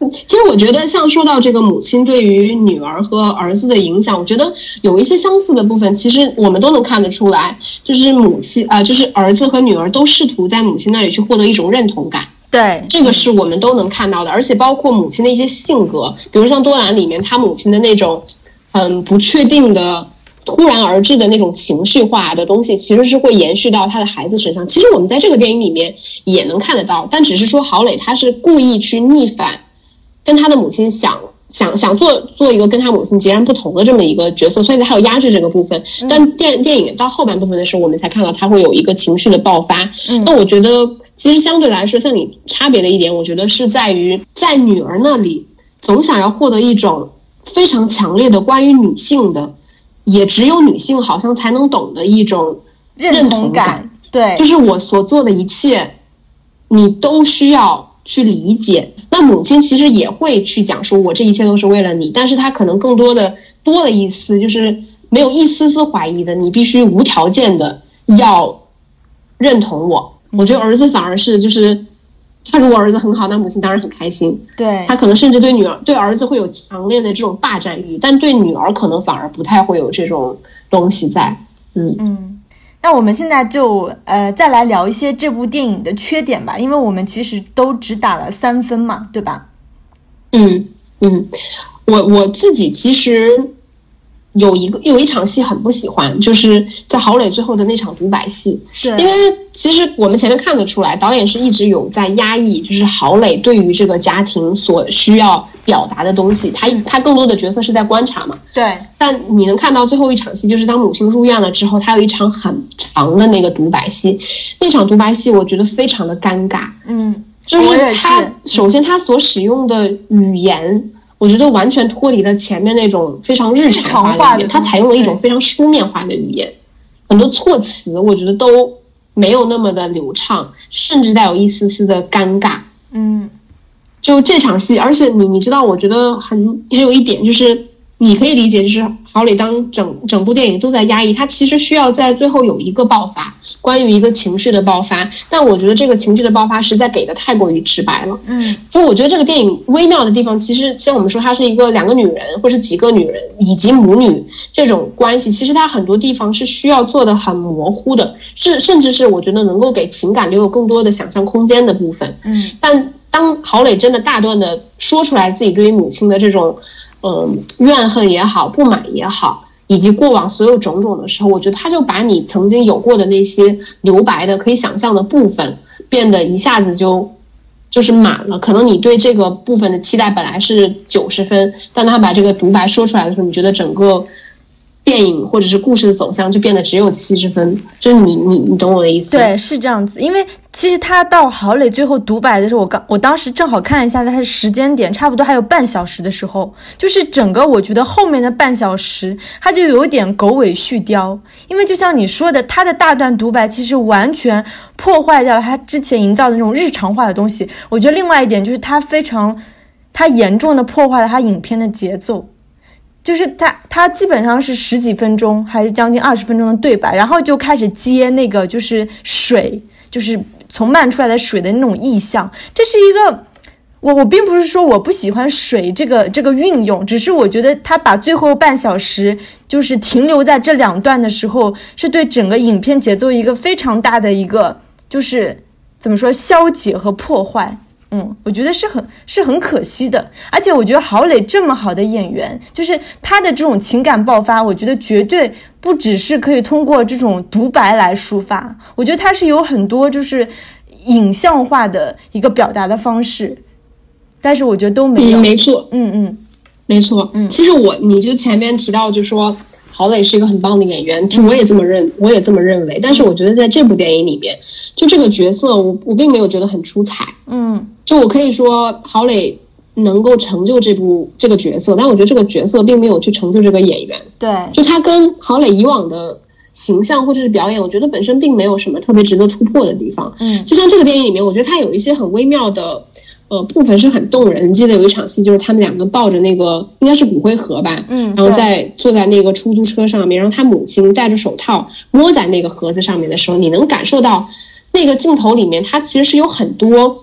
其实我觉得像说到这个母亲对于女儿和儿子的影响，我觉得有一些相似的部分，其实我们都能看得出来，就是母亲啊、呃，就是儿子和女儿都试图在母亲那里去获得一种认同感。 对， 这个是我们都能看到的，而且包括母亲的一些性格，比如像多兰里面她母亲的那种嗯不确定的突然而至的那种情绪化的东西，其实是会延续到他的孩子身上。其实我们在这个电影里面也能看得到，但只是说郝蕾他是故意去逆反，跟他的母亲想想想做做一个跟他母亲截然不同的这么一个角色，所以他有压制这个部分。但电电影到后半部分的时候，我们才看到他会有一个情绪的爆发。嗯、那我觉得其实相对来说，像你差别的一点，我觉得是在于在女儿那里总想要获得一种非常强烈的关于女性的，也只有女性好像才能懂的一种认同感。 对， 就是我所做的一切你都需要去理解。那母亲其实也会去讲说我这一切都是为了你，但是她可能更多的多了一丝，就是没有一丝丝怀疑的，你必须无条件的要认同我。我觉得儿子反而是就是他如果儿子很好，那母亲当然很开心。 对， 他可能甚至对女儿对儿子会有强烈的这种霸占欲，但对女儿可能反而不太会有这种东西在。嗯嗯，那我们现在就呃再来聊一些这部电影的缺点吧，因为我们其实都只打了三分嘛，对吧？ 嗯嗯，我我自己其实有一个有一场戏很不喜欢，就是在郝蕾最后的那场独白戏。 对， 因为其实我们前面看得出来，导演是一直有在压抑，就是郝蕾对于这个家庭所需要表达的东西。他他更多的角色是在观察嘛。 对。 但你能看到最后一场戏，就是当母亲入院了之后，他有一场很长的那个独白戏。那场独白戏，我觉得非常的尴尬。 嗯， 就是他首先他所使用的语言。我觉得完全脱离了前面那种非常日常化的语言，他采用了一种非常书面化的语言，很多措辞我觉得都没有那么的流畅，甚至带有一丝丝的尴尬。 嗯， 就这场戏，而且你你知道，我觉得很也有一点就是。你可以理解，就是郝蕾当整整部电影都在压抑，他其实需要在最后有一个爆发，关于一个情绪的爆发，但我觉得这个情绪的爆发实在给的太过于直白了。嗯，所以我觉得这个电影微妙的地方，其实像我们说它是一个两个女人或是几个女人以及母女这种关系，其实它很多地方是需要做的很模糊的，是甚至是我觉得能够给情感留有更多的想象空间的部分。嗯，但当郝蕾真的大段的说出来自己对于母亲的这种嗯，怨恨也好，不满也好，以及过往所有种种的时候，我觉得他就把你曾经有过的那些留白的可以想象的部分变得一下子就就是满了。可能你对这个部分的期待本来是九十分，但他把这个独白说出来的时候，你觉得整个电影或者是故事的走向就变得只有七十分，就是你你你懂我的意思？ 对，是这样子。因为其实他到郝蕾最后独白的时候，我刚我当时正好看了一下他的时间点，差不多还有半小时的时候，就是整个我觉得后面的半小时他就有点狗尾续貂。因为就像你说的，他的大段独白其实完全破坏掉了他之前营造的那种日常化的东西。我觉得另外一点就是他非常他严重的破坏了他影片的节奏。就是他他基本上是十几分钟还是将近二十分钟的对白，然后就开始接那个就是水，就是从漫出来的水的那种意象。这是一个我我并不是说我不喜欢水这个这个运用，只是我觉得他把最后半小时就是停留在这两段的时候，是对整个影片节奏一个非常大的一个就是怎么说消解和破坏。嗯，我觉得是很是很可惜的。而且我觉得郝蕾这么好的演员，就是她的这种情感爆发，我觉得绝对不只是可以通过这种独白来抒发，我觉得她是有很多就是影像化的一个表达的方式，但是我觉得都没有。 嗯，没错， 嗯嗯， 没错，嗯，其实我你就前面提到就说郝蕾是一个很棒的演员，我也这么认，我也这么认为。但是我觉得在这部电影里面，就这个角色，我我并没有觉得很出彩。嗯，就我可以说郝蕾能够成就这部这个角色，但我觉得这个角色并没有去成就这个演员。 对， 就他跟郝蕾以往的形象或者是表演，我觉得本身并没有什么特别值得突破的地方。嗯，就像这个电影里面，我觉得他有一些很微妙的。呃，部分是很动人。记得有一场戏，就是他们两个抱着那个应该是骨灰盒吧，嗯，然后在坐在那个出租车上面，然后他母亲戴着手套摸在那个盒子上面的时候，你能感受到那个镜头里面，它其实是有很多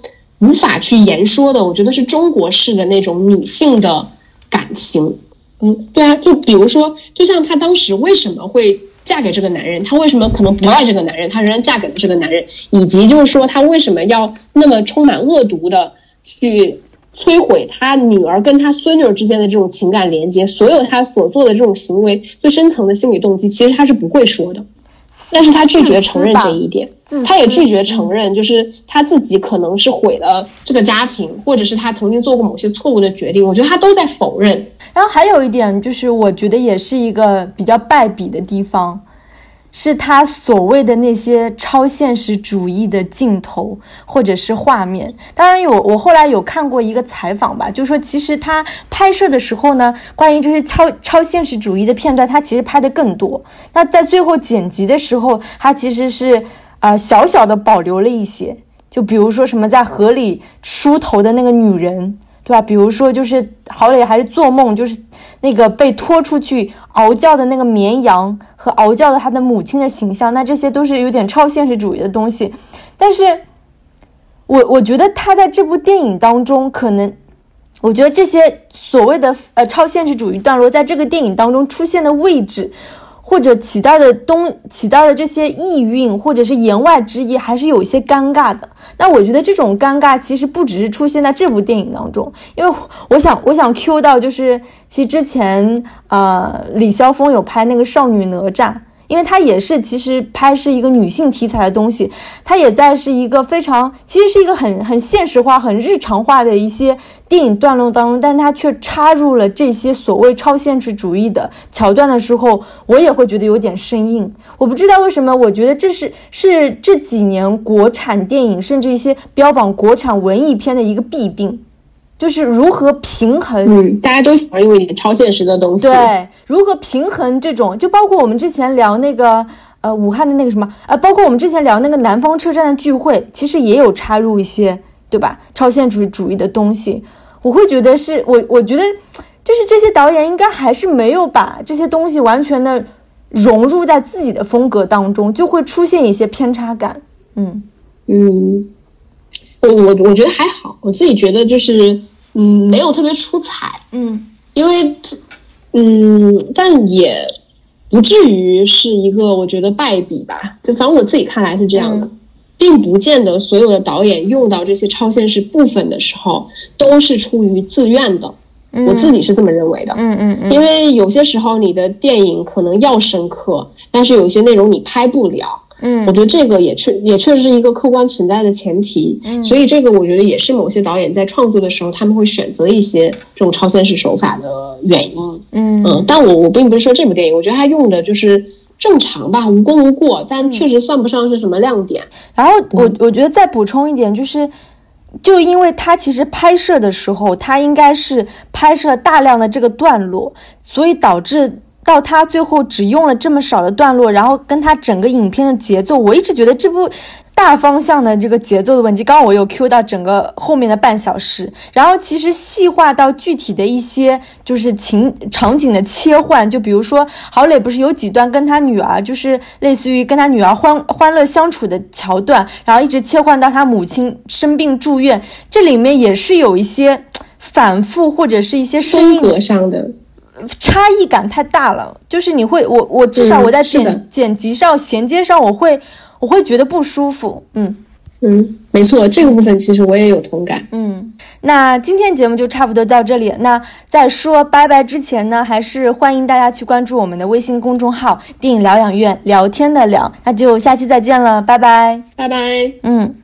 无法去言说的，我觉得是中国式的那种女性的感情。嗯，对啊，就比如说，就像她当时为什么会嫁给这个男人，她为什么可能不爱这个男人，她仍然嫁给了这个男人，以及就是说她为什么要那么充满恶毒的去摧毁她女儿跟她孙女之间的这种情感连接，所有她所做的这种行为最深层的心理动机，其实她是不会说的。但是他拒绝承认这一点，他也拒绝承认，就是他自己可能是毁了这个家庭，或者是他曾经做过某些错误的决定，我觉得他都在否认。 然后还有一点就是，我觉得也是一个比较败笔的地方，是他所谓的那些超现实主义的镜头或者是画面。当然有，我后来有看过一个采访吧，就说其实他拍摄的时候呢，关于这些超超现实主义的片段，他其实拍的更多。那在最后剪辑的时候，他其实是啊、呃、小小的保留了一些，就比如说什么在河里梳头的那个女人，对吧？比如说就是郝蕾还是做梦，就是那个被拖出去嗷叫的那个绵羊和嗷叫的他的母亲的形象，那这些都是有点超现实主义的东西。但是我我觉得他在这部电影当中，可能我觉得这些所谓的呃超现实主义段落在这个电影当中出现的位置，或者起到的东起到的这些意蕴或者是言外之意，还是有一些尴尬的。那我觉得这种尴尬其实不只是出现在这部电影当中，因为我想我想 Q 到就是其实之前呃李霄峰有拍那个少女哪吒，因为它也是其实拍是一个女性题材的东西，它也在是一个非常其实是一个很很现实化很日常化的一些电影段落当中，但它却插入了这些所谓超现实主义的桥段的时候，我也会觉得有点生硬。我不知道为什么，我觉得这是是这几年国产电影甚至一些标榜国产文艺片的一个弊病，就是如何平衡， 嗯，大家都想用一点超现实的东西， 对，如何平衡这种，就包括我们之前聊那个呃武汉的那个什么呃，包括我们之前聊那个南方车站的聚会，其实也有插入一些，对吧？超现实主义的东西，我会觉得是我我觉得就是这些导演应该还是没有把这些东西完全的融入在自己的风格当中，就会出现一些偏差感。嗯嗯，我我我觉得还好，我自己觉得就是嗯没有特别出彩， 嗯， 因为嗯但也不至于是一个我觉得败笔吧，就反正我自己看来是这样的。嗯，并不见得所有的导演用到这些超现实部分的时候都是出于自愿的，嗯，我自己是这么认为的。 嗯嗯嗯， 因为有些时候你的电影可能要深刻，但是有些内容你拍不了。嗯，我觉得这个也确也确实是一个客观存在的前提。嗯，所以这个我觉得也是某些导演在创作的时候他们会选择一些这种超现实手法的原因。嗯嗯，但我我并不是说这部电影，我觉得他用的就是正常吧，无功无过，但确实算不上是什么亮点。 然后我我觉得再补充一点，就是就因为他其实拍摄的时候他应该是拍摄了大量的这个段落，所以导致到他最后只用了这么少的段落，然后跟他整个影片的节奏，我一直觉得这部大方向的这个节奏的问题，刚刚我有 cue 到整个后面的半小时，然后其实细化到具体的一些就是情场景的切换，就比如说郝蕾不是有几段跟他女儿就是类似于跟他女儿欢欢乐相处的桥段，然后一直切换到他母亲生病住院，这里面也是有一些反复或者是一些声音风格上的差异感太大了，就是你会我我至少我在剪、嗯、剪辑上衔接上我会我会觉得不舒服。嗯嗯，没错，这个部分其实我也有同感。 嗯，那今天节目就差不多到这里。那在说拜拜之前呢，还是欢迎大家去关注我们的微信公众号电影疗养院，聊天的聊。那就下期再见了，拜拜， 拜拜。 嗯。